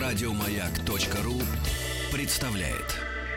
Радиомаяк.ру представляет.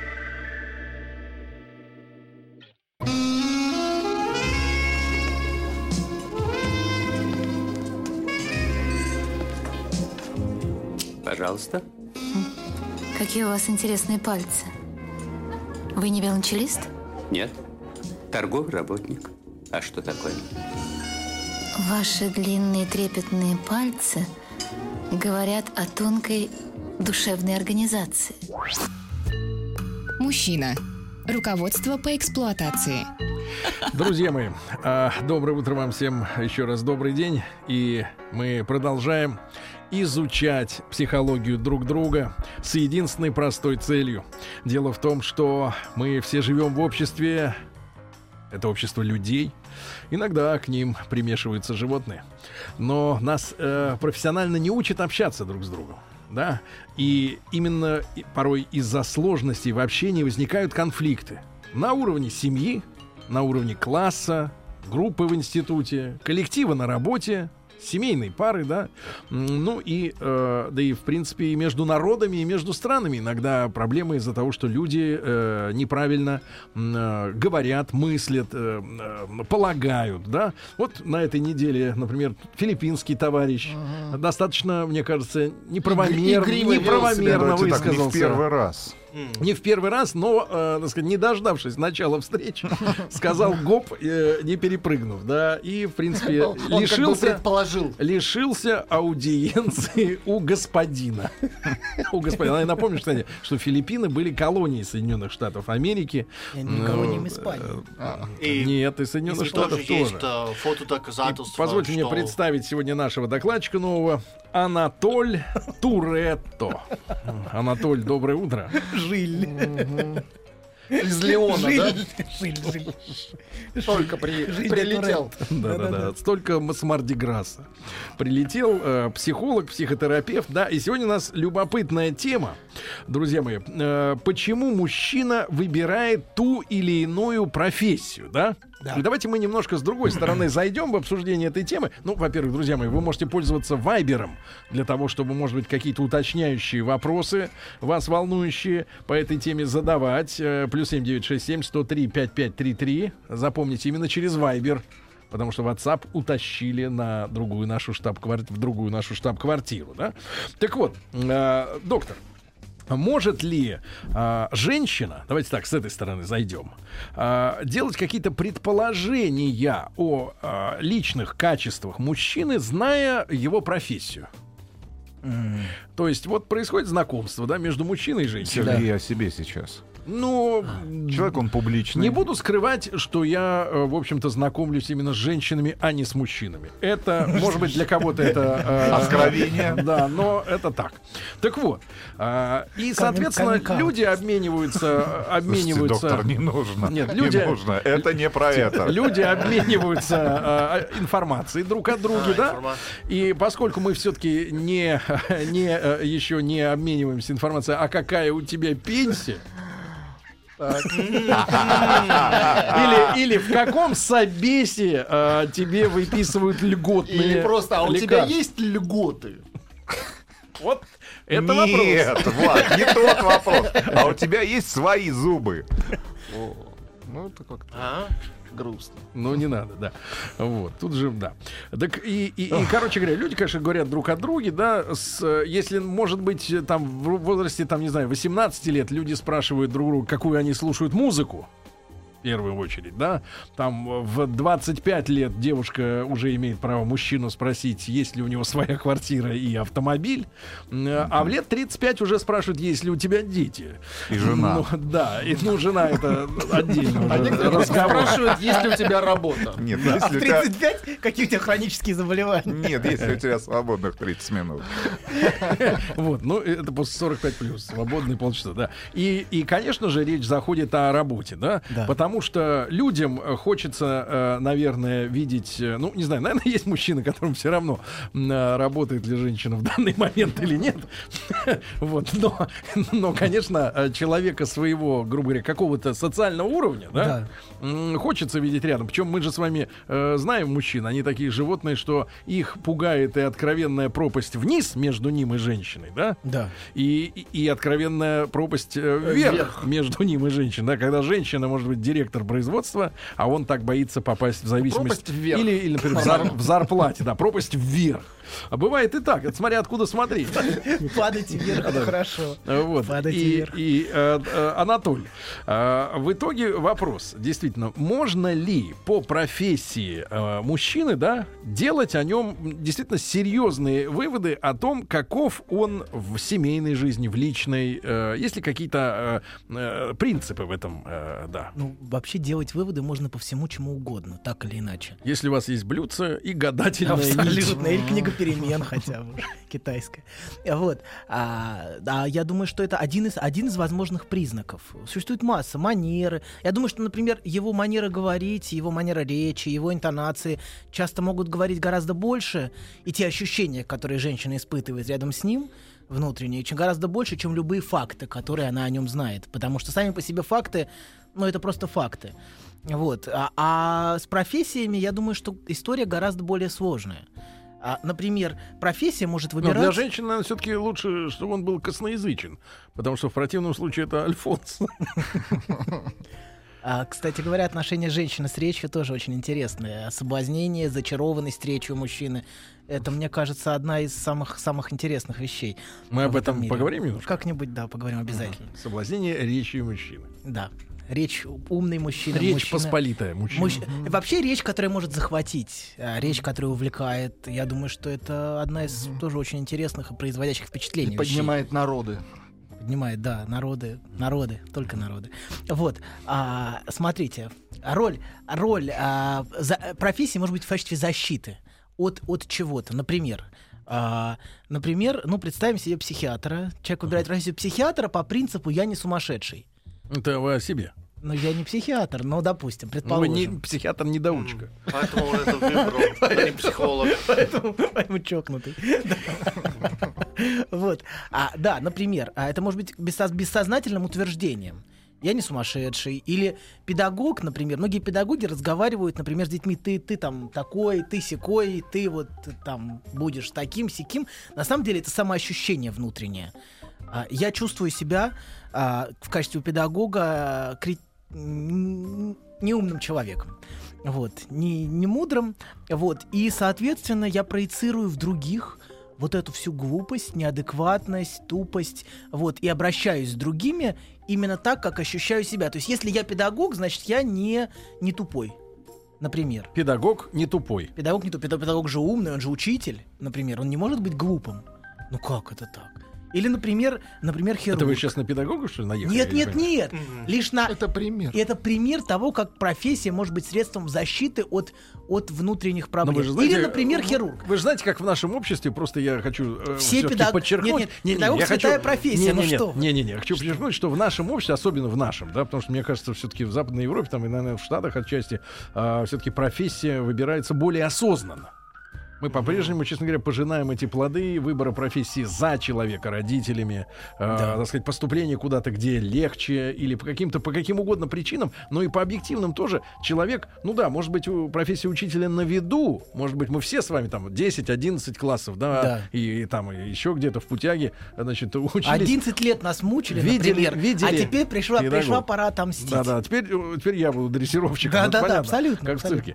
Пожалуйста. Какие у вас интересные пальцы. Вы не велончелист? Нет. Торговый работник. А что такое? Ваши длинные трепетные пальцы говорят о тонкой душевной организации. Мужчина. Руководство по эксплуатации. Друзья мои, доброе утро вам всем, еще раз добрый день. И мы продолжаем изучать психологию друг друга с единственной простой целью. Дело в том, что мы все живем в обществе, это общество людей. Иногда к ним примешиваются животные. Но нас профессионально не учат общаться друг с другом. Да? И именно порой из-за сложностей в общении возникают конфликты. На уровне семьи, на уровне класса, группы в институте, коллектива на работе, семейной пары, да, ну и, да и в принципе и между народами, и между странами иногда проблемы из-за того, что люди неправильно говорят, мыслят, полагают, да. Вот на этой неделе, например, филиппинский товарищ достаточно, мне кажется, неправомерно высказался. Не в первый раз. Не в первый раз, но, так сказать, не дождавшись начала встречи, сказал гоп, не перепрыгнув, да, и, в принципе, лишился аудиенции у господина. У господина. Я напомню, кстати, что Филиппины были колонией Соединенных Штатов Америки. Колониям Испании. Нет, и Соединенных Штатов тоже. Есть фотодоказательства. Позвольте мне представить сегодня нашего докладчика нового, Анатоль Туретто. Анатоль, доброе утро. Жиль. Из Леона, да? Жиль. Только прилетел. Да. Столько с Мардиграсса. Прилетел психолог, психотерапевт, да. И сегодня у нас любопытная тема, друзья мои. Почему мужчина выбирает ту или иную профессию, да? Да. И давайте мы немножко с другой стороны зайдем в обсуждение этой темы. Ну, во-первых, друзья мои, вы можете пользоваться Вайбером для того, чтобы, может быть, какие-то уточняющие вопросы, вас волнующие, по этой теме задавать. Плюс 7967-103-5533. Запомните, именно через Вайбер. Потому что WhatsApp утащили на другую нашу штаб-квартиру, да? Так вот, доктор, может ли женщина, давайте так, с этой стороны зайдем, делать какие-то предположения о личных качествах мужчины, зная его профессию? То есть вот происходит знакомство, да, между мужчиной и женщиной. Сергей, о себе сейчас. Ну, человек, он публичный. Не буду скрывать, что я, в общем-то, знакомлюсь именно с женщинами, а не с мужчинами. Это, может быть, для кого-то это... Откровение. Да, но это так. Так вот. И, соответственно, люди обмениваются... Слушайте, доктор, не нужно. Нет, не нужно. Это не про это. Люди обмениваются информацией друг от друга, да? И поскольку мы все-таки еще не обмениваемся информацией, а какая у тебя пенсия, или в каком собесе тебе выписывают льготные или просто, а у тебя есть льготы? Вот это вопрос. Нет, Влад, не тот вопрос. А у тебя есть свои зубы? Ну, это как-то... грустно. Ну, не надо, да. Вот, тут же, да. Так и короче говоря, люди, конечно, говорят друг о друге, да, если, может быть, там, в возрасте, там, не знаю, 18 лет люди спрашивают друг друга, какую они слушают музыку, в первую очередь, да, там в 25 лет девушка уже имеет право мужчину спросить, есть ли у него своя квартира и автомобиль, а в лет 35 уже спрашивают, есть ли у тебя дети. И жена. Ну, да, и жена это отдельно разговор. Спрашивают, есть ли у тебя работа. Нет, да. А в 35 какие у тебя хронические заболевания? Нет, если у тебя свободных 30 минут. Вот, ну это после 45 плюс, свободные полчаса, да. И, конечно же, речь заходит о работе, да, потому потому что людям хочется, наверное, видеть... Ну, не знаю, наверное, есть мужчины, которым все равно, работает ли женщина в данный момент или нет. Вот. Но, конечно, человека своего, грубо говоря, какого-то социального уровня, да, хочется видеть рядом. Причем мы же с вами знаем мужчин, они такие животные, что их пугает и откровенная пропасть вниз между ним и женщиной, да? Да. И откровенная пропасть вверх между ним и женщиной, да? Когда женщина может быть директор производства, а он так боится попасть в зависимость или например, в зарплате, да, пропасть вверх. А бывает и так, это смотря откуда смотреть. Падайте вверх, это хорошо. Вот. Падайте вверх. Анатолий, в итоге вопрос, действительно, можно ли по профессии мужчины, да, делать о нем действительно серьезные выводы о том, каков он в семейной жизни, в личной, есть ли какие-то принципы в этом, да? Ну, вообще делать выводы можно по всему, чему угодно, так или иначе. Если у вас есть блюдце и гадательная нить. Абсолютно, или книга перемен хотя бы, китайская. Вот. Я думаю, что это один из возможных признаков. Существует масса манеры. Я думаю, что, например, его манера говорить, его манера речи, его интонации часто могут говорить гораздо больше, и те ощущения, которые женщина испытывает рядом с ним, внутренние, гораздо больше, чем любые факты, которые она о нем знает. Потому что сами по себе факты, ну, это просто факты. Вот. А с профессиями, я думаю, что история гораздо более сложная. Например, профессия может выбирать... Но для женщин, наверное, все-таки лучше, чтобы он был косноязычен, потому что в противном случае это Альфонс. Кстати говоря, отношения женщины с речью тоже очень интересные. Соблазнение, зачарованность речью мужчины. Это, мне кажется, одна из самых интересных вещей. Мы об этом поговорим немножко? Как-нибудь, да, поговорим обязательно. Соблазнение речью мужчины. Да. Речь умный мужчина. Речь посполитая мужчина. Вообще речь, которая может захватить, речь, которая увлекает. Я думаю, что это одна из тоже очень интересных и производящих впечатлений. И поднимает народы. Поднимает, да, народы, только народы. Вот, смотрите, роль профессии может быть в качестве защиты от чего-то. Например, представим себе психиатра. Человек выбирает профессию психиатра по принципу «я не сумасшедший». Это вы о себе. Ну, я не психиатр, но, допустим, предположим. Вы не психиатр-недоучка. Поэтому он это выбрал, а не психолог. Поэтому чокнутый. Вот. Да, например, это может быть бессознательным утверждением. Я не сумасшедший. Или педагог, например. Многие педагоги разговаривают, например, с детьми. Ты там такой, ты сякой, ты вот там будешь таким, сяким. На самом деле это самоощущение внутреннее. Я чувствую себя в качестве педагога неумным человеком. Вот. Не мудрым. Вот. И, соответственно, я проецирую в других вот эту всю глупость, неадекватность, тупость, вот, и обращаюсь с другими именно так, как ощущаю себя. То есть, если я педагог, значит, я не тупой, например. Педагог не тупой. Педагог не тупой. Педагог же умный, он же учитель, например. Он не может быть глупым. Ну как это так? Или, например, хирург. Это вы сейчас на педагога, что ли, наехали? Нет. Лишь на... Это пример. Это пример того, как профессия может быть средством защиты от внутренних проблем. Вы же знаете, или, например, хирург. Вы же знаете, как в нашем обществе, просто я хочу все подчеркнуть... Педагог святая профессия, ну что? Не, хочу подчеркнуть, что в нашем обществе, особенно в нашем, да, потому что, мне кажется, все-таки в Западной Европе, там и, наверное, в Штатах отчасти, все-таки профессия выбирается более осознанно. Мы по-прежнему, честно говоря, пожинаем эти плоды выбора профессии за человека родителями, так сказать, поступление куда-то, где легче, или по каким угодно причинам, но и по объективным тоже человек, ну да, может быть, профессия учителя на виду, может быть, мы все с вами там 10-11 классов, да. И там еще где-то в путяге, значит, учились. 11 лет нас мучили, например, а теперь пришла пора отомстить. Да, теперь я буду дрессировщиком. Да, абсолютно. Как в цирке.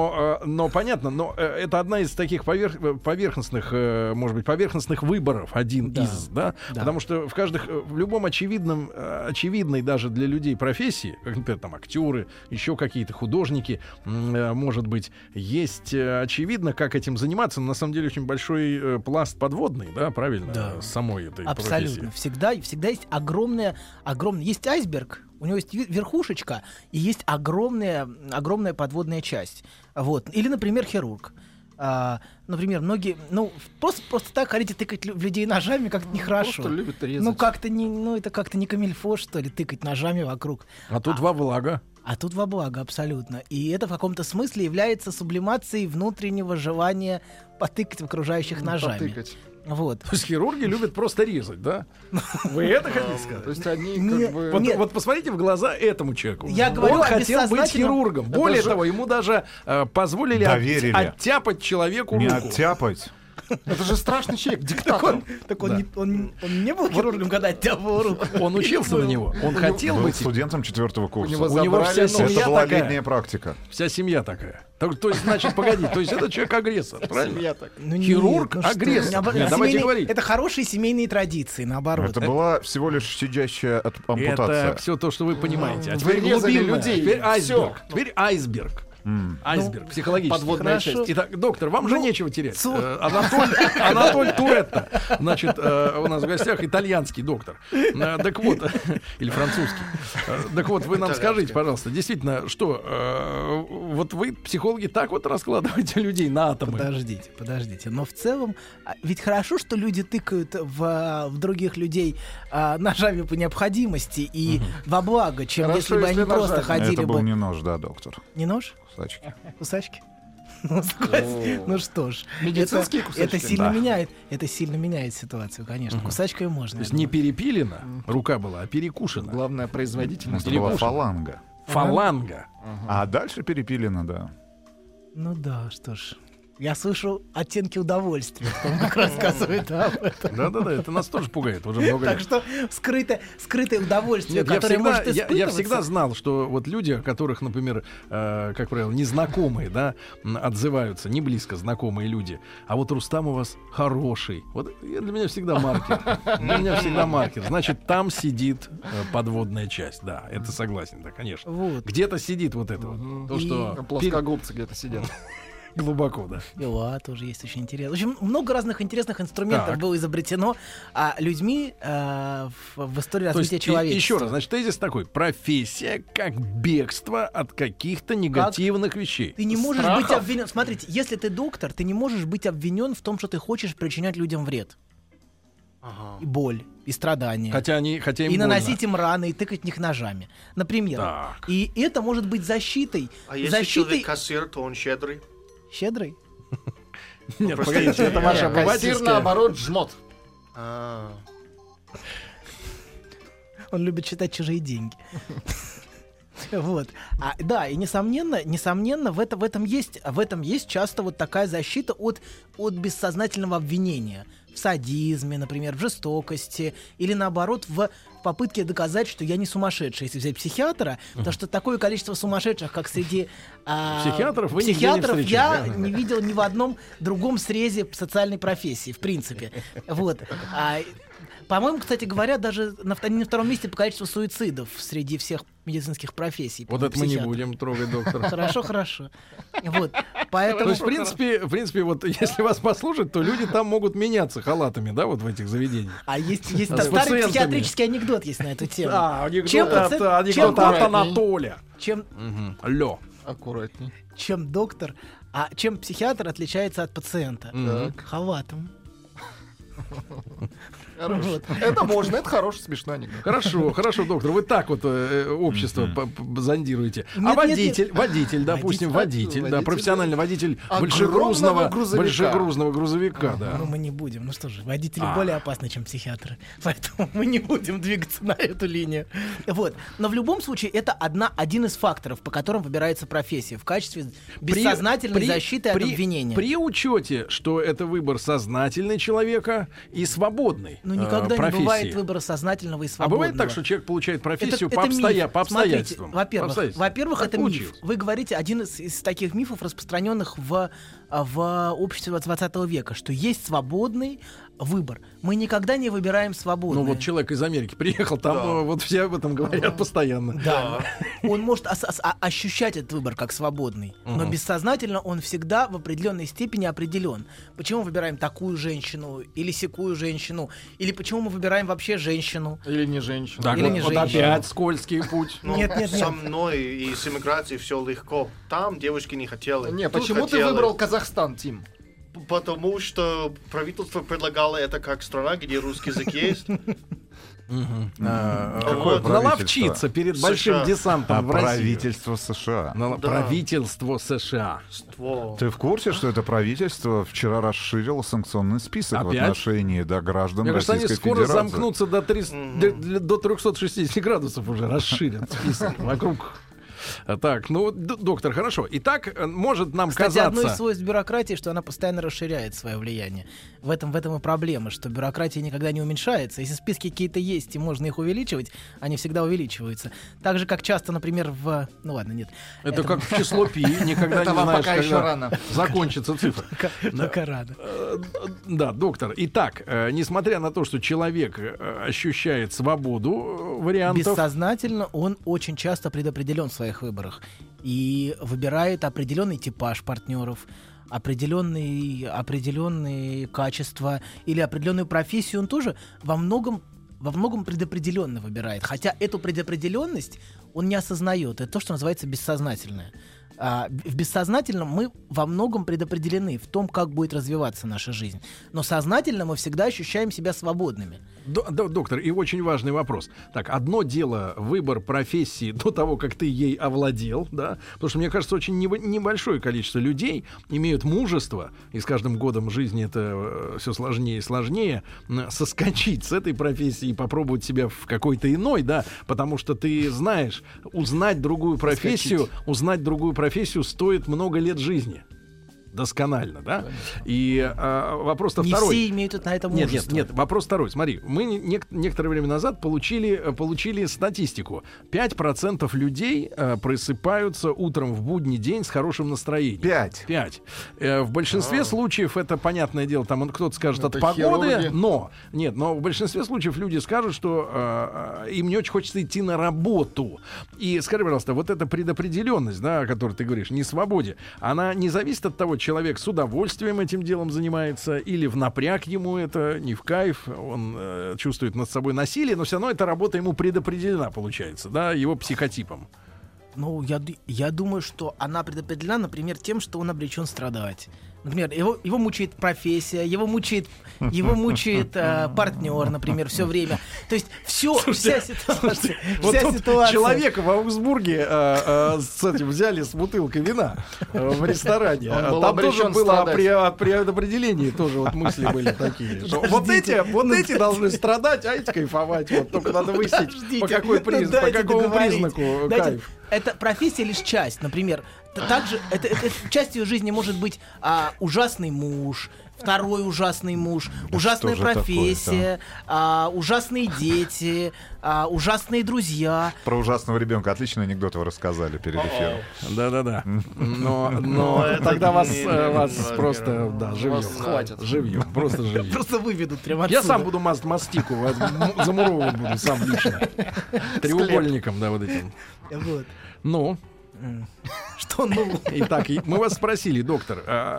Но понятно, но это одна из таких поверхностных, может быть, поверхностных выборов, да. Потому что в любом очевидной даже для людей профессии, как, например, там актеры, еще какие-то художники, может быть, есть очевидно, как этим заниматься, но на самом деле очень большой пласт подводный, да, правильно, самой этой профессии. Абсолютно. Всегда есть огромная, есть айсберг, у него есть верхушечка и есть огромная подводная часть. Вот. Или, например, хирург. Например, многие, просто так ходить и тыкать в людей ножами как-то нехорошо. Просто любят резать. Это как-то не камильфо, что ли, тыкать ножами вокруг. А тут во благо. А тут во благо абсолютно. И это в каком-то смысле является сублимацией внутреннего желания потыкать в окружающих ножами. Потыкать. Вот. То есть хирурги любят просто резать, да? Вы это хотите сказать? То есть они Нет, как бы... Вот, Нет. вот посмотрите в глаза этому человеку. Я говорю Он о хотел быть бессознательном- хирургом. Более того, ему даже позволили Доверили. оттяпать человеку Не руку. оттяпать. Это же страшный человек, диктатор. Так он, Да. он не был хирургом, когда оттяпал руку. Он учился на него. Он хотел Был быть. студентом 4-го курса. него У него вся забрали, семья Это была такая. летняя практика. Вся семья такая. То есть, значит, погоди, то есть это человек агрессор, правильно? Семья так. Ну, нет, Хирург, ну что, агрессор. наоборот, Нет, давайте семейные- говорить. Это хорошие семейные традиции, наоборот. Это была всего лишь щадящая ампутация. Это все то, что вы понимаете. А Вы теперь резали глубинное. людей. Теперь айсберг. Всё. Теперь айсберг. Айсберг, психологический. подводная Хорошо. часть. Итак, доктор, вам же нечего терять. цу- Анатоль Туретто. Значит, у нас в гостях итальянский доктор. Так вот, или французский. Так вот, вы нам скажите, пожалуйста, действительно, что вот вы, психологи, так вот раскладываете людей на атомы? Подождите. Но в целом, ведь хорошо, что люди тыкают в других людей ножами по необходимости и во благо, чем Хорошо, если бы они если просто ножами. ходили Это был бы... не нож, да, доктор? Не нож? Кусачки. Кусачки? Ну, согласен. Ну что ж, Медицинские это кусачки? сильно Да. меняет ситуацию, конечно. Кусачкой можно. То есть не перепилена рука была, а перекушена. Главная производительность. Это была Перекушено. фаланга. Фаланга. А дальше перепилено, да. Ну да, что ж. Я слышу оттенки удовольствия, в том, как рассказывает об этом. Да-да-да, это нас тоже пугает уже много Так лет. что скрытое удовольствие, Нет, я которое может всегда, я испытываться... всегда знал, что вот люди, о которых, например, как правило, незнакомые, да, отзываются, не близко знакомые люди, а вот Рустам у вас хороший. Вот для меня всегда маркер. Для меня всегда маркер. Значит, там сидит подводная часть. Да, это согласен, да, конечно. Вот. Где-то сидит вот это вот. То, И что Плоскогубцы где-то сидят. глубоко, да. Пила тоже есть очень интересно. В общем, много разных интересных инструментов Так. было изобретено людьми в истории То есть, развития человечества. еще раз, значит, тезис такой. Профессия как бегство от каких-то негативных вещей. Ты не можешь Страхов. быть обвинен. Смотрите, если ты доктор, ты не можешь быть обвинен в том, что ты хочешь причинять людям вред. И боль, и страдания. Хотя им И больно. наносить им раны, и тыкать в них ножами. Например. Так. И это может быть защитой. А если защитой человек кассир, то он щедрый? щедрой. Нет, Просто погодите, это ваше Кассир, обывательское. наоборот, жмот. А, Он любит считать чужие деньги. Вот. Да, и несомненно, в этом есть часто вот такая защита от бессознательного обвинения. В садизме, например, в жестокости, или наоборот, в попытке доказать, что я не сумасшедший. Если взять психиатра, потому что такое количество сумасшедших, как среди Психиатров вы нигде не психиатров, я встречали, да? не видел ни в одном другом срезе социальной профессии, в принципе. Вот. По-моему, кстати говоря, даже на втором месте по количеству суицидов среди всех медицинских профессий. Вот это мы не психиатров. будем трогать, доктор. Хорошо. Вот. То Поэтому... есть, в принципе, вот если вас послушать, то люди там могут меняться халатами, да, вот в этих заведениях. А есть с старый пациентами. психиатрический анекдот есть на эту тему. Анекдот Чем от аккуратней. Анатолия. Чем Лё. Аккуратней. доктор, чем психиатр отличается от пациента? Так. Халатом. Хорош. Это можно, это хороший, смешной анекдот. Хорошо, доктор, вы так вот общество зондируете. А Нет, водитель, допустим, водитель, да, водитель, профессиональный водитель Огромного грузовика. большегрузного грузовика, да. Ну, мы не будем. Ну что же, водители более опасны, чем психиатры. Поэтому мы не будем двигаться на эту линию. Вот. Но в любом случае, это один из факторов, по которым выбирается профессия в качестве бессознательной защиты от обвинения. При учете, что это выбор сознательный человека и свободный. Но никогда профессии. не бывает выбора сознательного и А свободного. бывает так, что человек получает профессию Это по миф. обстоятельствам? Смотрите, во-первых, Так это миф. получилось. Вы говорите один из таких мифов, распространенных в обществе 20 века, что есть свободный выбор. Мы никогда не выбираем свободное. Ну вот человек из Америки приехал, там вот все об этом говорят постоянно. Да. Он может ощущать этот выбор как свободный, но бессознательно он всегда в определенной степени определен. Почему мы выбираем такую женщину или сякую женщину, или почему мы выбираем вообще женщину? Или не женщина. Так Или вот, не вот женщина. опять скользкий путь. ну, Нет. со мной и с иммиграцией все легко. Там девушки не хотели. Не, тут почему ты хотели. выбрал Казахстан, Тим? Потому что правительство предлагало это как страна, где русский язык есть. Какое наловчиться перед США. большим десантом в Россию. правительство США. Да. Правительство США. Ты в курсе, что это правительство вчера расширило санкционный список в Опять? отношении граждан Мне кажется, Российской они скоро Федерации? замкнутся до 360 градусов уже расширят список вокруг. Так, ну, доктор, хорошо. Итак, может нам Кстати, казаться... одно из свойств бюрократии, что она постоянно расширяет свое влияние. В этом и проблема, что бюрократия никогда не уменьшается. Если списки какие-то есть и можно их увеличивать, они всегда увеличиваются. Так же, как часто, например, Ну ладно, нет. Это как в число пи, никогда не вам знаешь, пока еще когда рано. закончится цифра. Пока рано. Да, доктор. Итак, несмотря на то, что человек ощущает свободу вариантов... Бессознательно он очень часто предопределен в своих выборах и выбирает определенный типаж партнеров, определенные качества или определенную профессию. Он тоже во многом предопределенно выбирает. Хотя эту предопределенность он не осознает. Это то, что называется бессознательное. В бессознательном мы во многом предопределены в том, как будет развиваться наша жизнь. Но сознательно мы всегда ощущаем себя свободными. Доктор, и очень важный вопрос. Так, одно дело выбор профессии до того, как ты ей овладел, да? Потому что, мне кажется, очень небольшое количество людей имеют мужество, и с каждым годом жизни это все сложнее и сложнее, соскочить с этой профессии и попробовать себя в какой-то иной, да? Потому что ты знаешь, узнать другую профессию стоит много лет жизни. Досконально, да? И вопрос-то Не второй. все имеют на это мужество. Нет, вопрос второй. Смотри, мы некоторое время назад получили статистику. 5% людей просыпаются утром в будний день с хорошим настроением. 5. В большинстве случаев это, понятное дело, там кто-то скажет от погоды, хирурги. но в большинстве случаев люди скажут, что им не очень хочется идти на работу. И скажи, пожалуйста, вот эта предопределенность, да, о которой ты говоришь, не свободе, она не зависит от того, человек с удовольствием этим делом занимается или в напряг ему это, не в кайф, он чувствует над собой насилие, но все равно эта работа ему предопределена, получается, да, его психотипом. Ну, я думаю, что она предопределена, например, тем, что он обречен страдать. Например, его мучает профессия, его мучает партнер, например, все время. То есть вся ситуация. Человека в Аугсбурге взяли с бутылкой вина в ресторане. Там тоже было о предопределении, тоже вот мысли были такие. Вот эти должны страдать, а эти кайфовать. Вот только надо выяснить, по какому признаку кайф. Это профессия лишь часть, например. Также часть ее жизни может быть ужасный муж, второй ужасный муж, ужасная профессия, ужасные дети, ужасные друзья. Про ужасного ребенка отличный анекдот вы рассказали перед эфиром. Да. Но тогда вас просто живьем. Схватят. Живьем, просто живьем. Просто выведут прямо отсюда. Я сам буду мазать мастику, замуровывать буду сам лично. Треугольником, да, вот этим. Вот. Ну. Что ну? Итак, мы вас спросили, доктор,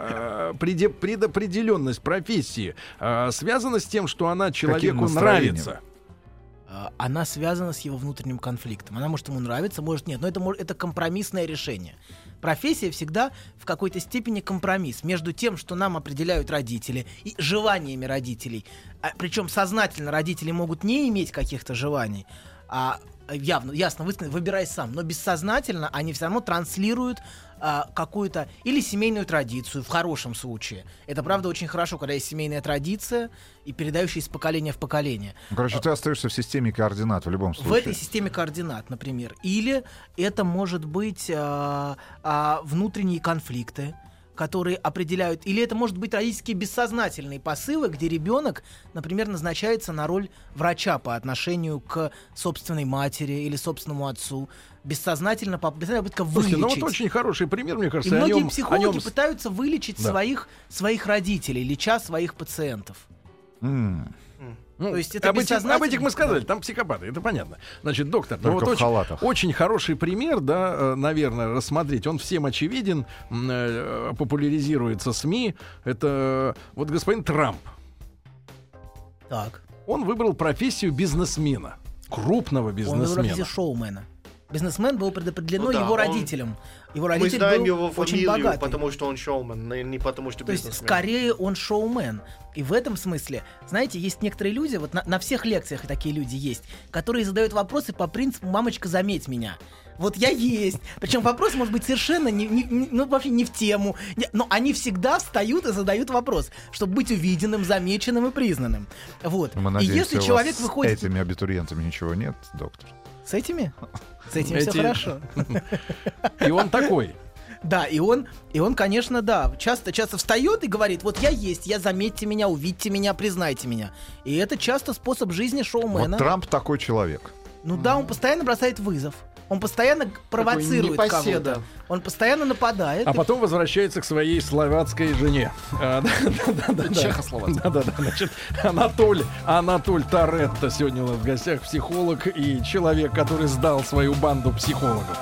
предопределенность профессии связана с тем, что она человеку нравится? Она связана с его внутренним конфликтом. Она может ему нравиться, может нет, но это компромиссное решение. Профессия всегда в какой-то степени компромисс между тем, что нам определяют родители, и желаниями родителей. Причем сознательно родители могут не иметь каких-то желаний, ясно выбирай сам, но бессознательно они все равно транслируют какую-то или семейную традицию в хорошем случае. Это правда очень хорошо, когда есть семейная традиция и передающая из поколения в поколение. Короче, ты остаешься в системе координат в любом случае. В этой системе координат, например. Или это может быть внутренние конфликты, которые определяют, или это может быть родительские бессознательные посылы, где ребенок, например, назначается на роль врача по отношению к собственной матери или собственному отцу. Бессознательно попытка вылечить. Слушайте, вот очень хороший пример, мне кажется. И многие психологи пытаются вылечить своих родителей, леча своих пациентов. То есть это об этих мы сказали, там психопаты, это понятно. Значит, доктор, только в халатах. Очень хороший пример, да, наверное, рассмотреть. Он всем очевиден, популяризируется СМИ. Это вот господин Трамп. Так. Он выбрал профессию бизнесмена, крупного бизнесмена. Он выбрал профессию шоумена. Бизнесмен было предопределено Ну да, его он- родителям. Его Мы родитель знаем был его очень фамилию, богатый. потому что он шоумен, не потому что То есть, бизнесмен. скорее, он шоумен. И в этом смысле, знаете, есть некоторые люди, вот на всех лекциях такие люди есть, которые задают вопросы по принципу «мамочка, заметь меня». Вот я есть. Причем вопрос может быть совершенно ну, вообще не в тему. Но они всегда встают и задают вопрос, чтобы быть увиденным, замеченным и признанным. Вот. Мы И надеемся, если у человек вас выходит... с этими абитуриентами ничего нет, доктор? С этими? С этими все Эти- хорошо. И он такой. Да, и он, конечно, да, часто встает и говорит: вот я есть, заметьте меня, увидьте меня, признайте меня. И это часто способ жизни шоумена. Вот Трамп такой человек. Ну да, он постоянно бросает вызов. Он постоянно провоцирует непоседа. кого-то. Он постоянно нападает. А потом возвращается к своей словацкой жене. Чехословацкой. Да-да-да. Значит, Анатоль Торетто сегодня у нас в гостях, психолог и человек, который сдал свою банду психологов.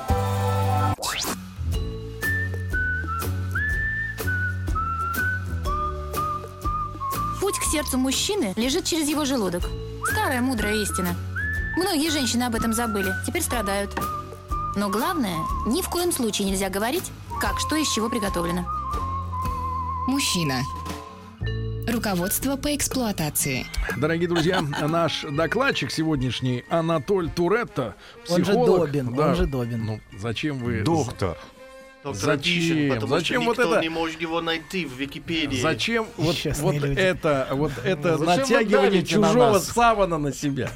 Путь к сердцу мужчины лежит через его желудок. Старая мудрая истина. Многие женщины об этом забыли, теперь страдают. Но главное, ни в коем случае нельзя говорить, как что из чего приготовлено. Мужчина. Руководство по эксплуатации. Дорогие друзья, наш докладчик сегодняшний Анатоль Торетто, Он же психолог. Добин, Да. он же Добин. Ну, зачем вы... Доктор. Доктор Зачем? Адишин, потому Зачем что вот никто это- не может его найти в Википедии. Зачем вот Несчастные люди. это Зачем вы натягивание давите на чужого нас? савана на себя?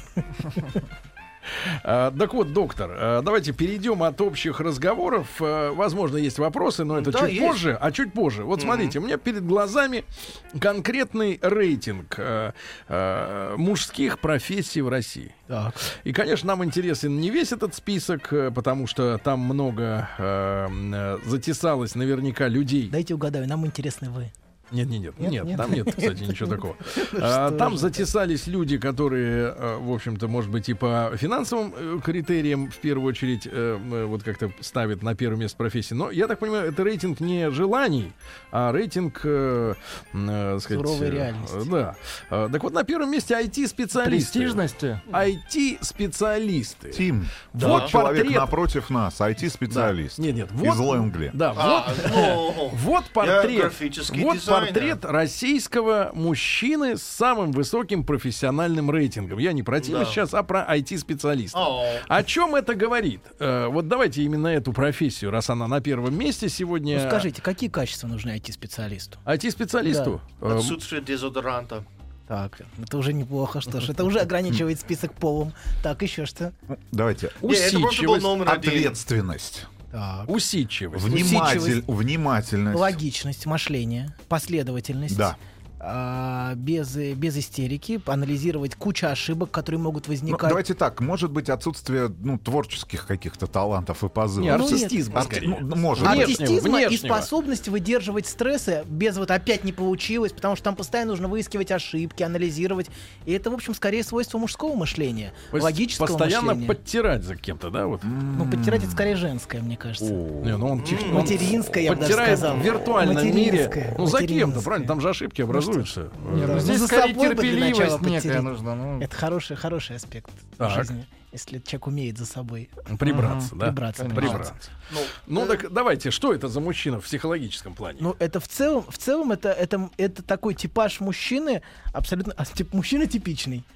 Так вот, доктор, давайте перейдем от общих разговоров. Возможно, есть вопросы, но это Да, чуть есть. позже. А чуть позже. Вот смотрите, у меня перед глазами конкретный рейтинг мужских профессий в России. Так. И, конечно, нам интересен не весь этот список, потому что там много затесалось наверняка людей. Дайте угадаю, нам интересны вы. Нет, Нет? там нет, кстати, ничего такого. Там затесались люди, которые, в общем-то, может быть, и по финансовым критериям, в первую очередь, вот как-то ставят на первое место профессии. Но, я так понимаю, это рейтинг не желаний, а рейтинг, сказать... Суровой реальности. Да. Так вот, на первом месте IT-специалисты. Престижности. IT-специалисты. Тим, Да. вот человек портрет- напротив нас, IT-специалист. Нет, Из Лэнгли. Да, вот портрет. графический Вот дизайнер. портрет российского мужчины с самым высоким профессиональным рейтингом. Я не про тебя Да. сейчас, а про IT-специалиста. О. О чем это говорит? Вот давайте именно эту профессию, раз она на первом месте сегодня. Ну скажите, какие качества нужны IT-специалисту? IT-специалисту? Отсутствие дезодоранта. Так, это уже неплохо, что ж, это уже ограничивает список полом. Так, еще что? Давайте. Это просто был Усидчивость. номер один. Ответственность. Так. Усидчивость. Внимательность. Логичность, мышление, последовательность. Да. Без истерики, анализировать кучу ошибок, которые могут Ну, возникать. давайте так, может быть, отсутствие творческих каких-то талантов и позывов. Не, артистизма, скорее. Может Внешнего, быть. Артистизма и внешнего. способность выдерживать стрессы без вот опять не получилось, потому что там постоянно нужно выискивать ошибки, анализировать. И это, в общем, скорее свойство мужского мышления, То есть логического постоянно мышления. подтирать за кем-то, да? Вот. Ну, подтирать это скорее женское, мне кажется. Не, ну он Материнское, я бы даже подтирает сказал. в виртуальном Материнское, мире. Ну, за кем-то, материнское. правильно? Там же ошибки образуются. Ну, здесь за скорее собой бы для начала терпеливость некая подтереть. нужна. Ну, Это хороший аспект Так. жизни, если человек умеет за собой Прибраться, да? прибраться. Прибраться. Ну, так давайте, что это за мужчина в психологическом плане? Ну, это в целом это такой типаж мужчины, абсолютно, мужчина типичный.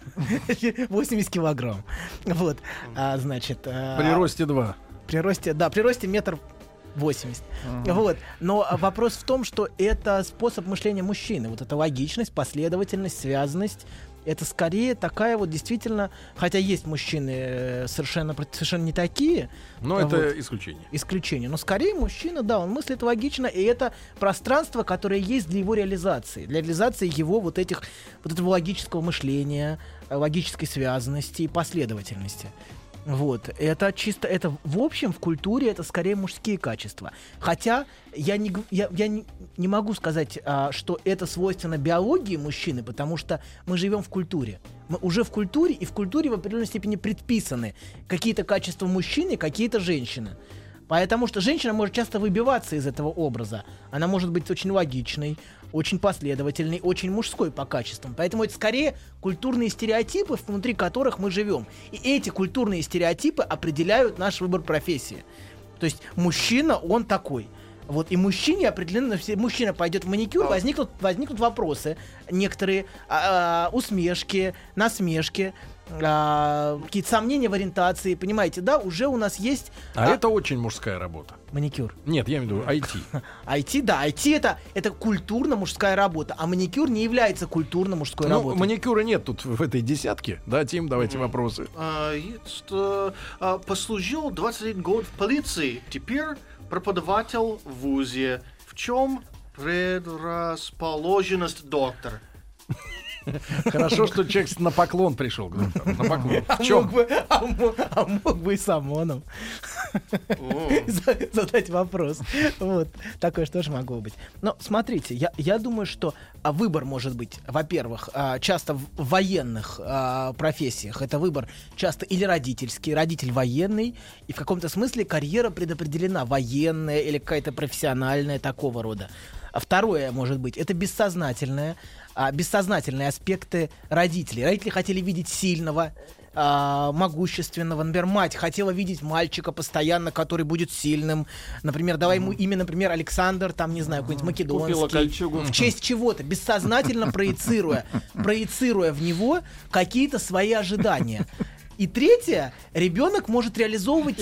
80 килограмм. Вот, значит... При росте 2. При росте 1,80 м. Вот. Но вопрос в том, что это способ мышления мужчины. Вот эта логичность, последовательность, связанность. Это скорее такая вот действительно... Хотя есть мужчины совершенно не такие. Но вот, это исключение. исключение. Но скорее мужчина, да, он мыслит логично, и это пространство, которое есть для его реализации. Для реализации его вот этого логического мышления, логической связанности и последовательности. Вот, это чисто, это в общем в культуре это скорее мужские качества. Хотя я не могу сказать, что это свойственно биологии мужчины, потому что мы живем в культуре. Мы уже в культуре, и в культуре в определенной степени предписаны какие-то качества мужчины, какие-то женщины. Потому что женщина может часто выбиваться из этого образа. Она может быть очень логичной, очень последовательный, очень мужской по качествам. Поэтому это скорее культурные стереотипы, внутри которых мы живем. И эти культурные стереотипы определяют наш выбор профессии. То есть мужчина, он такой. Вот, и мужчине определенно, если мужчина пойдет в маникюр, возникнут вопросы, некоторые усмешки, насмешки, какие-то сомнения в ориентации, понимаете, да, уже у нас есть... это очень мужская работа. Маникюр. Нет, я имею в виду IT. IT, да, IT это культурно-мужская работа, а маникюр не является культурно-мужской работой. Маникюра нет тут в этой десятке, да, Тим, давайте вопросы. Послужил 21 год в полиции, теперь преподаватель в вузе. В чем предрасположенность доктора? Хорошо, что человек на поклон пришел к доктору. На поклон. В чем? Мог бы и с ОМОНом задать вопрос. Вот. Такое что же могло быть. Но смотрите, я думаю, что выбор может быть, во-первых, часто в военных профессиях. Это выбор часто или родительский, родитель военный, и в каком-то смысле карьера предопределена, военная или какая-то профессиональная, такого рода. Второе, может быть, это бессознательные аспекты родителей. Родители хотели видеть сильного, могущественного. Например, мать хотела видеть мальчика постоянно, который будет сильным. Например, давай ему имя, например, Александр, там, не знаю, какой-нибудь македонский. В честь чего-то, бессознательно проецируя в него какие-то свои ожидания. И третье, ребенок может реализовывать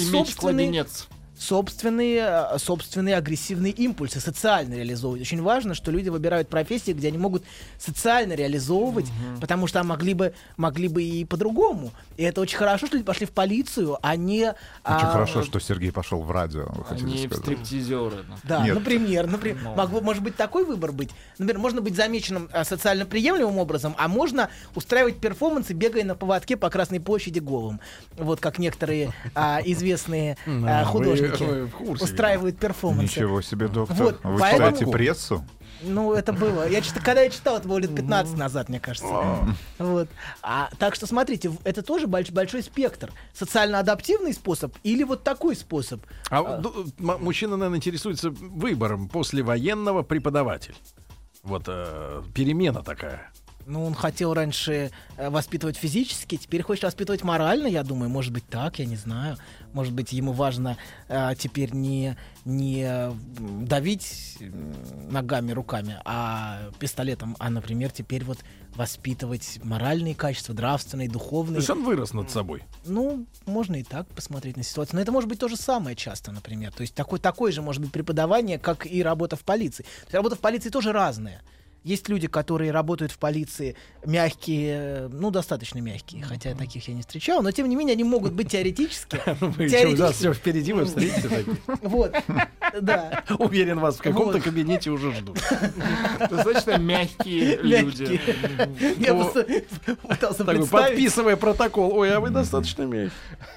собственные агрессивные импульсы, социально реализовывать. Очень важно, что люди выбирают профессии, где они могут социально реализовывать, потому что могли бы и по-другому. И это очень хорошо, что люди пошли в полицию, а не... Очень хорошо, что Сергей пошел в радио. Они стриптизеры. Да, например. Может быть такой выбор быть. Например, можно быть замеченным социально приемлемым образом, а можно устраивать перформансы, бегая на поводке по Красной площади голым. Вот как некоторые известные художники устраивают перформансы. Ничего себе, доктор. Вот, вы читаете прессу? Ну, это было. Когда я читал, это было лет 15 назад, мне кажется. Вот. Так что, смотрите, это тоже большой спектр. Социально-адаптивный способ или вот такой способ. Мужчина, наверное, интересуется выбором послевоенного преподавателя. Вот перемена такая. Ну, он хотел раньше воспитывать физически, теперь хочет воспитывать морально, я думаю. Может быть так, я не знаю. Может быть, ему важно теперь не давить ногами, руками, а пистолетом, а, например, теперь вот воспитывать моральные качества, нравственные, духовные. То есть он вырос над собой. Ну, можно и так посмотреть на ситуацию. Но это может быть то же самое часто, например. То есть такое же может быть преподавание, как и работа в полиции. То есть работа в полиции тоже разная. Есть люди, которые работают в полиции мягкие, достаточно мягкие, хотя таких я не встречал, но тем не менее они могут быть теоретически. У нас все впереди, вы встретите такие. Вот, да. Уверен, вас в каком-то кабинете уже ждут. Достаточно мягкие люди. Я пытался представить. Подписывая протокол. Ой, а вы достаточно мягкие.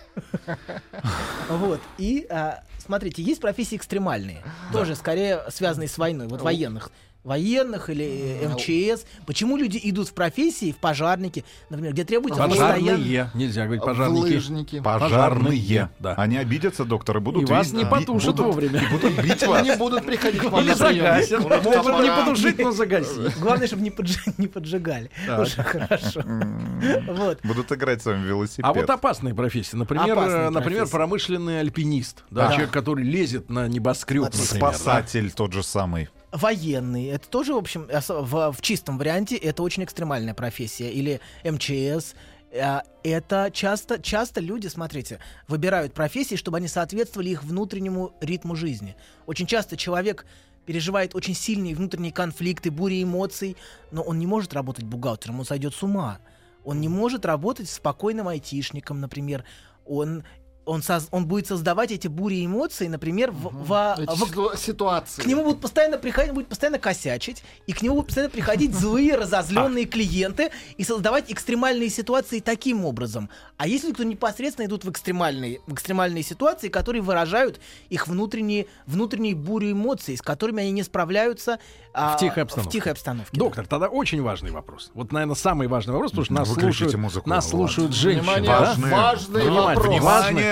Вот, и смотрите, есть профессии экстремальные, тоже скорее связанные с войной, вот военных или МЧС. Почему люди идут в профессии, в пожарники, например, где требуется пожарные, нельзя говорить пожарники. Лыжники. Пожарные. Да. Они обидятся, доктор, и будут... И вас не потушат вовремя. И будут бить вас. Они будут приходить к вам Или на прием. загасят. Могут не потушить, но загасить. Главное, чтобы не поджигали. Уже хорошо. Вот. Будут играть с вами в велосипед. А вот опасные профессии. Например, промышленный альпинист. Да, человек, который лезет на небоскреб, например. Спасатель тот же самый. Военный. Это тоже, в общем, в чистом варианте это очень экстремальная профессия. Или МЧС. Это часто люди, смотрите, выбирают профессии, чтобы они соответствовали их внутреннему ритму жизни. Очень часто человек переживает очень сильные внутренние конфликты, бури эмоций, но он не может работать бухгалтером, он сойдет с ума. Он не может работать спокойным айтишником, например. Он будет создавать эти бури эмоций, например, в ситуации. К нему будут постоянно приходить, будет постоянно косячить, и к нему будут постоянно приходить злые, разозленные клиенты и создавать экстремальные ситуации таким образом. А есть люди, кто непосредственно идут в экстремальные ситуации, которые выражают их внутренние бури эмоций, с которыми они не справляются в тихой обстановке. Доктор, тогда очень важный вопрос. Вот, наверное, самый важный вопрос, потому что нас слушают женщины. Важный вопрос. Внимание.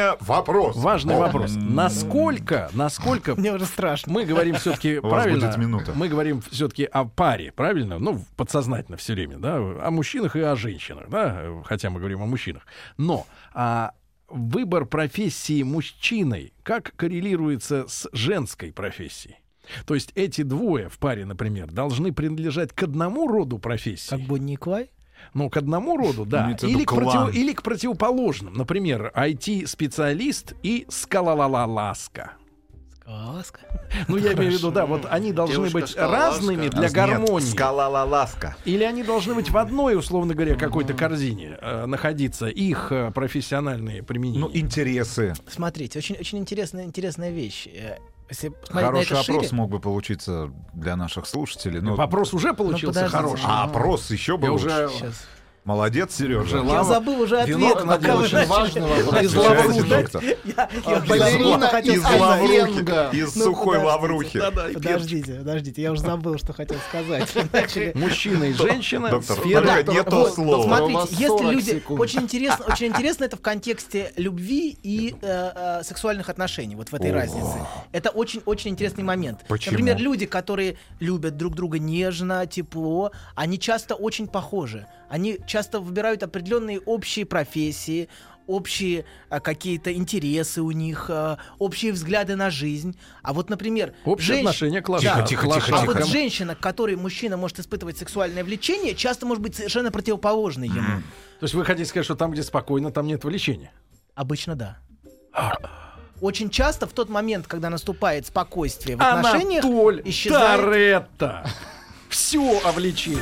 Внимание, вопрос. Важный вопрос. Насколько Мне уже страшно. мы говорим все-таки У вас правильно? будет минута. Мы говорим все-таки о паре, правильно? Ну, подсознательно все время, да, о мужчинах и о женщинах, да, хотя мы говорим о мужчинах. Но выбор профессии мужчиной как коррелируется с женской профессией? То есть эти двое в паре, например, должны принадлежать к одному роду профессии. Как Бонни и Клайд? Ну, к одному роду, да. Имеется в виду клан. Или к противоположным. Например, IT-специалист и скалалаласка. Скалолазка. Ну, я имею в виду, да, вот они должны быть Девушка-скалолазка. разными для гармонии. Скалалаласка. Или они должны быть в одной, условно говоря, какой-то корзине находиться, их профессиональные применения. Ну, интересы. Смотрите, очень интересная вещь. Если посмотреть на Хороший это опрос шире, мог бы получиться для наших слушателей. Но... Вопрос уже получился подождите. хороший. А опрос еще Я был уже... лучше. Сейчас. Молодец, Сережа. Я забыл уже венок ответ, пока вы Очень начали. важный вопрос. Из Отвечайте, лаврухи. доктор. Я Балерина хотел Из сказать. лаврухи. Из Ну, сухой подождите. лаврухи. Подождите, я уже забыл, что хотел сказать. Начали. Мужчина и женщина. Доктор, сфера- только не то Вот, слово. У вас Смотрите, если 40 люди... секунд. Очень интересно это в контексте любви и сексуальных отношений, вот в этой разнице. Это очень интересный момент. Почему? Например, люди, которые любят друг друга нежно, тепло, они часто очень похожи. Они часто выбирают определенные общие профессии, общие какие-то интересы у них, общие взгляды на жизнь. А вот, например, Общее отношение к лошадям. Да. Тихо, А вот женщина, к которой мужчина может испытывать сексуальное влечение, часто может быть совершенно противоположной ему. То есть вы хотите сказать, что там, где спокойно, там нет влечения? Обычно да. Очень часто в тот момент, когда наступает спокойствие в отношениях, Анатоль исчезает... Торетто. Все о влечении.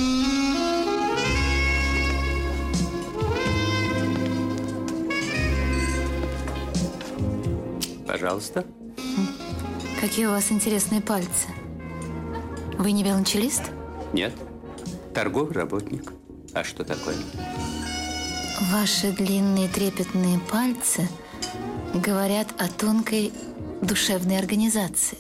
Пожалуйста. Какие у вас интересные пальцы. Вы не велончелист? Нет. Торговый работник. А что такое? Ваши длинные трепетные пальцы говорят о тонкой душевной организации.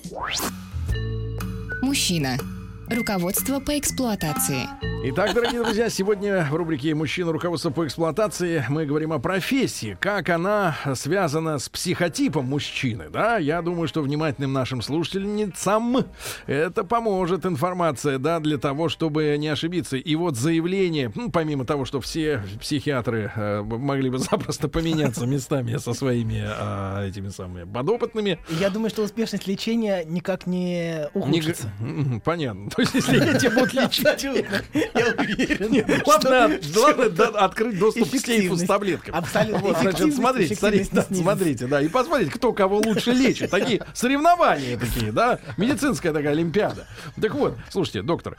Мужчина. Руководство по эксплуатации. Итак, дорогие друзья, сегодня в рубрике «Мужчина. Руководство по эксплуатации» мы говорим о профессии, как она связана с психотипом мужчины. Да, я думаю, что внимательным нашим слушательницам это поможет информация, да, для того, чтобы не ошибиться. И вот заявление, помимо того, что все психиатры могли бы запросто поменяться местами со своими этими самыми подопытными. Я думаю, что успешность лечения никак не ухудшится. Понятно. То есть, если эти будут лечить... Я уверен. Нет, главное открыть доступ к сейфу с таблетками. Абсолютно. Вот, значит, смотрите, да, и посмотрите, кто кого лучше лечит. Такие соревнования такие, да, медицинская такая олимпиада. Так вот, слушайте, доктор,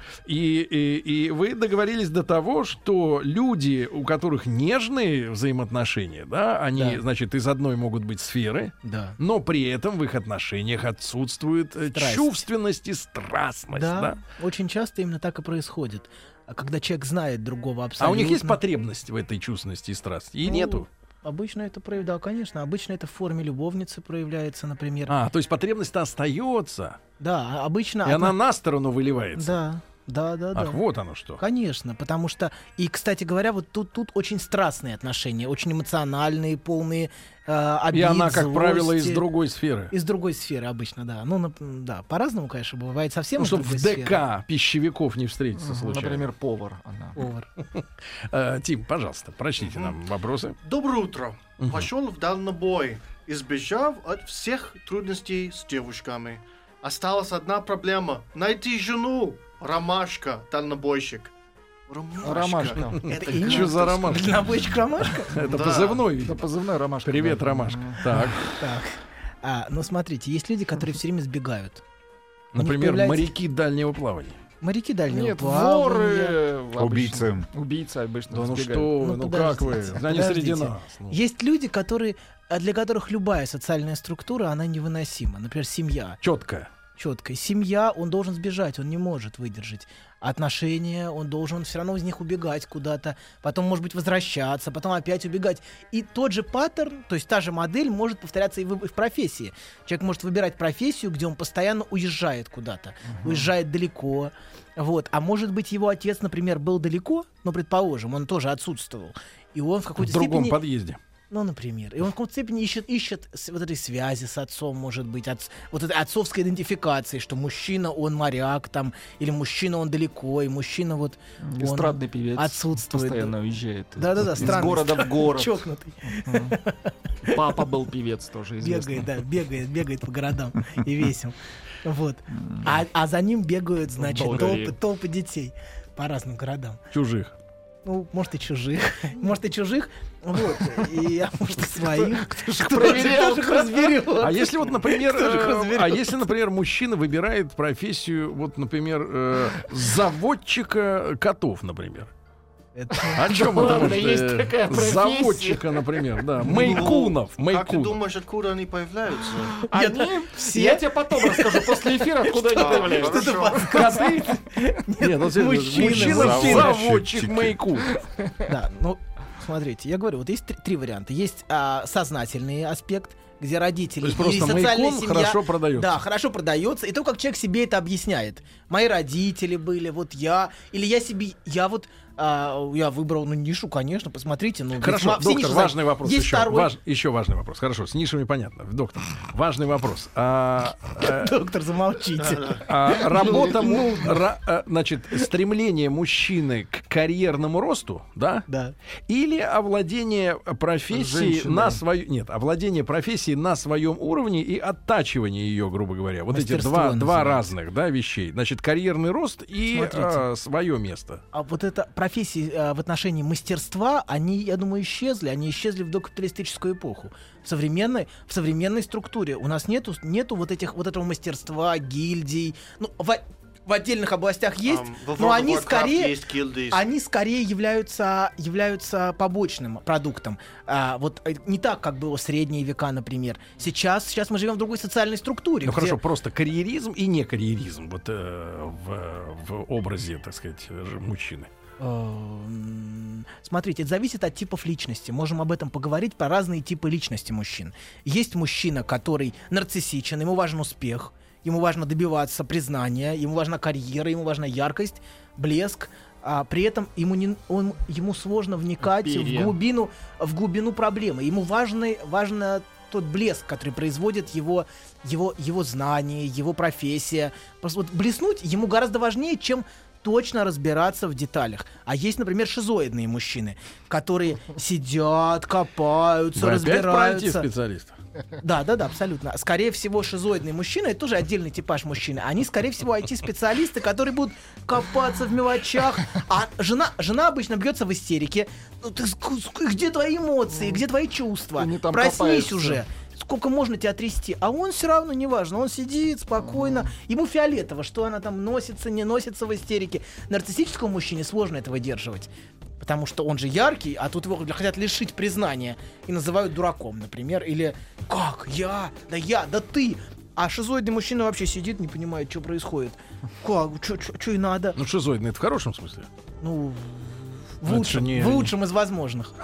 и вы договорились до того, что люди, у которых нежные взаимоотношения, да, они, значит, из одной могут быть сферы, Да. но при этом в их отношениях отсутствует чувственность и страстность, да? Очень часто именно так и происходит. А когда человек знает другого абсолютно... А у них есть потребность в этой чувственности и страсти? И нету? Обычно это проявляется, конечно. Обычно это в форме любовницы проявляется, например. То есть потребность-то остается, Да, обычно... и она на сторону выливается. Да. Ах, вот оно что. Конечно, потому что... И, кстати говоря, вот тут очень страстные отношения, очень эмоциональные, полные обид, И она, как правило, из злости. другой сферы. Из другой сферы обычно, да. Ну, да, по-разному, конечно, бывает совсем Ну, из чтобы другой в сферы. ДК пищевиков не встретиться случайно. Например, повар. Она. Повар. Тим, пожалуйста, прочтите нам вопросы. Доброе утро. Пошел в дальнобой, избежав от всех трудностей с девушками. Осталась одна проблема. Найти жену. Ромашка, дальнобойщик. Ромашка. Это имя? Что за ромашка? Дальнобойщик Ромашка? Это Да. позывной, Это видимо. позывной Ромашка. Привет, да. ромашка. Так, Так. Ну, смотрите, есть люди, которые все время сбегают. У них например, появляется- моряки дальнего плавания. Моряки дальнего Нет, плавания. воры. обычно. Убийцы. Убийцы обычно Да ну сбегают. что, Ну, ну как вы? подождите, Они среди подождите. нас. Ну. Есть люди, для которых любая социальная структура, она невыносима. Например, семья. Четко. Четкая. Семья, он должен сбежать, он не может выдержать. Отношения, он должен все равно из них убегать куда-то, потом, может быть, возвращаться, потом опять убегать. И тот же паттерн, то есть та же модель может повторяться и в профессии. Человек может выбирать профессию, где он постоянно уезжает куда-то, уезжает далеко. Вот. А может быть, его отец, например, был далеко, но, предположим, он тоже отсутствовал. И он в В какой-то другом степени... подъезде. Ну, например. И он в какой-то степени ищет вот этой связи с отцом, может быть, вот этой отцовской идентификации, что мужчина, он моряк, там, или мужчина, он далеко, и мужчина вот эстрадный певец отсутствует. Постоянно уезжает. Да-да-да, из города в город. Чокнутый. Папа был певец тоже известный. Бегает по городам и весел. Вот. А за ним бегают, значит, толпы детей по разным городам. Чужих. Ну, может и чужих. Вот. И может и своих. Кто же разберет? А если вот, например, мужчина выбирает профессию, вот, например, заводчика котов, например. О чем это может? Есть такая профессия. Заводчика, например, да. Мейкунов. Как ты думаешь, откуда они появляются? Я тебе потом расскажу после эфира, откуда они появляются. Коты? Нет, мужчина-заводчик Мейкун. Да, ну, смотрите, я говорю, вот есть три варианта. Есть сознательный аспект, где родители и социальная семья хорошо продается. Да, хорошо продается. И то, как человек себе это объясняет. Мои родители были, вот я, или я выбрал нишу, конечно, посмотрите. Хорошо, доктор, важный вопрос еще важный вопрос. Хорошо, с нишами понятно. Доктор, важный вопрос. Доктор, замолчите. Значит, стремление мужчины к карьерному росту, да? Да. Или овладение профессией овладение профессией на своем уровне и оттачивание ее, грубо говоря. Вот эти два разных, да, вещей. Значит, карьерный рост и свое место. А вот это профессии в отношении мастерства, они, я думаю, исчезли. Они исчезли в докапиталистическую эпоху. В современной структуре у нас нету вот этого мастерства, гильдий. Ну, в отдельных областях есть, но они скорее являются побочным продуктом. Вот не так, как было в средние века, например. Сейчас мы живем в другой социальной структуре. Ну хорошо, просто карьеризм и не карьеризм вот в образе, так сказать, мужчины. Смотрите, это зависит от типов личности. Можем об этом поговорить, про разные типы личности мужчин. Есть мужчина, который нарциссичен, ему важен успех, ему важно добиваться признания, ему важна карьера, ему важна яркость, блеск. А при этом ему сложно вникать в глубину проблемы. Ему важно тот блеск, который производит его знания, его профессия. Просто вот блеснуть ему гораздо важнее, чем точно разбираться в деталях. А есть, например, шизоидные мужчины, которые сидят, копаются, разбираются. Опять про IT-специалистов. Да, абсолютно. Скорее всего, шизоидные мужчины — это тоже отдельный типаж мужчины. Они, скорее всего, IT-специалисты, которые будут копаться в мелочах. А жена обычно бьется в истерике. Где твои эмоции, где твои чувства? Проснись уже. Сколько можно тебя трясти? А он все равно не важно. Он сидит спокойно. Ему фиолетово, что она там носится, не носится в истерике. Нарциссическому мужчине сложно это выдерживать. Потому что он же яркий, а тут его хотят лишить признания. И называют дураком, например. Или «Как? Я? Да ты!» А шизоидный мужчина вообще сидит, не понимает, что происходит. Как? Что и надо? Ну, шизоидный — это в хорошем смысле? Ну, в лучшем из возможных.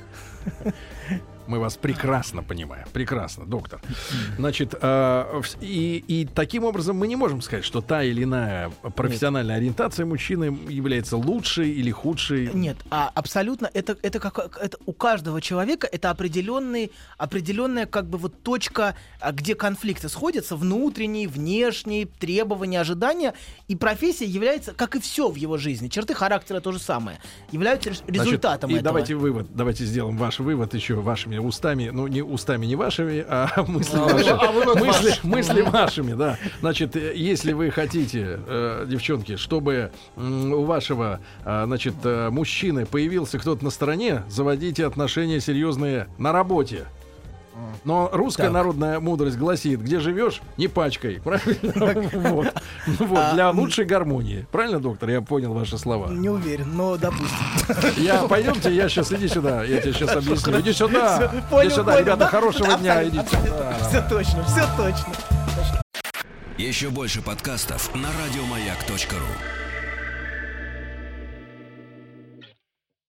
Мы вас прекрасно понимаем. Прекрасно, доктор. Значит, и таким образом мы не можем сказать, что та или иная профессиональная ориентация мужчины является лучшей или худшей. Нет, абсолютно. Это у каждого человека это определенная как бы вот точка, где конфликты сходятся, внутренние, внешние, требования, ожидания. И профессия является, как и все в его жизни, черты характера то же самое, являются результатом этого. Давайте сделаем ваш вывод еще вашими устами, ну не устами не вашими, а мысли вашими, да. Значит, если вы хотите, девчонки, чтобы у вашего, значит, мужчины появился кто-то на стороне, заводите отношения серьезные на работе. Но русская народная мудрость гласит: где живешь, не пачкай. Правильно? Вот. Для лучшей гармонии. Правильно, доктор? Я понял ваши слова. Не уверен, но допустим. Пойдемте, иди сюда. Я тебе сейчас объясню. Иди сюда. Иди сюда, ребята, хорошего дня. Идите. Все точно. Еще больше подкастов на радиомаяк.ру.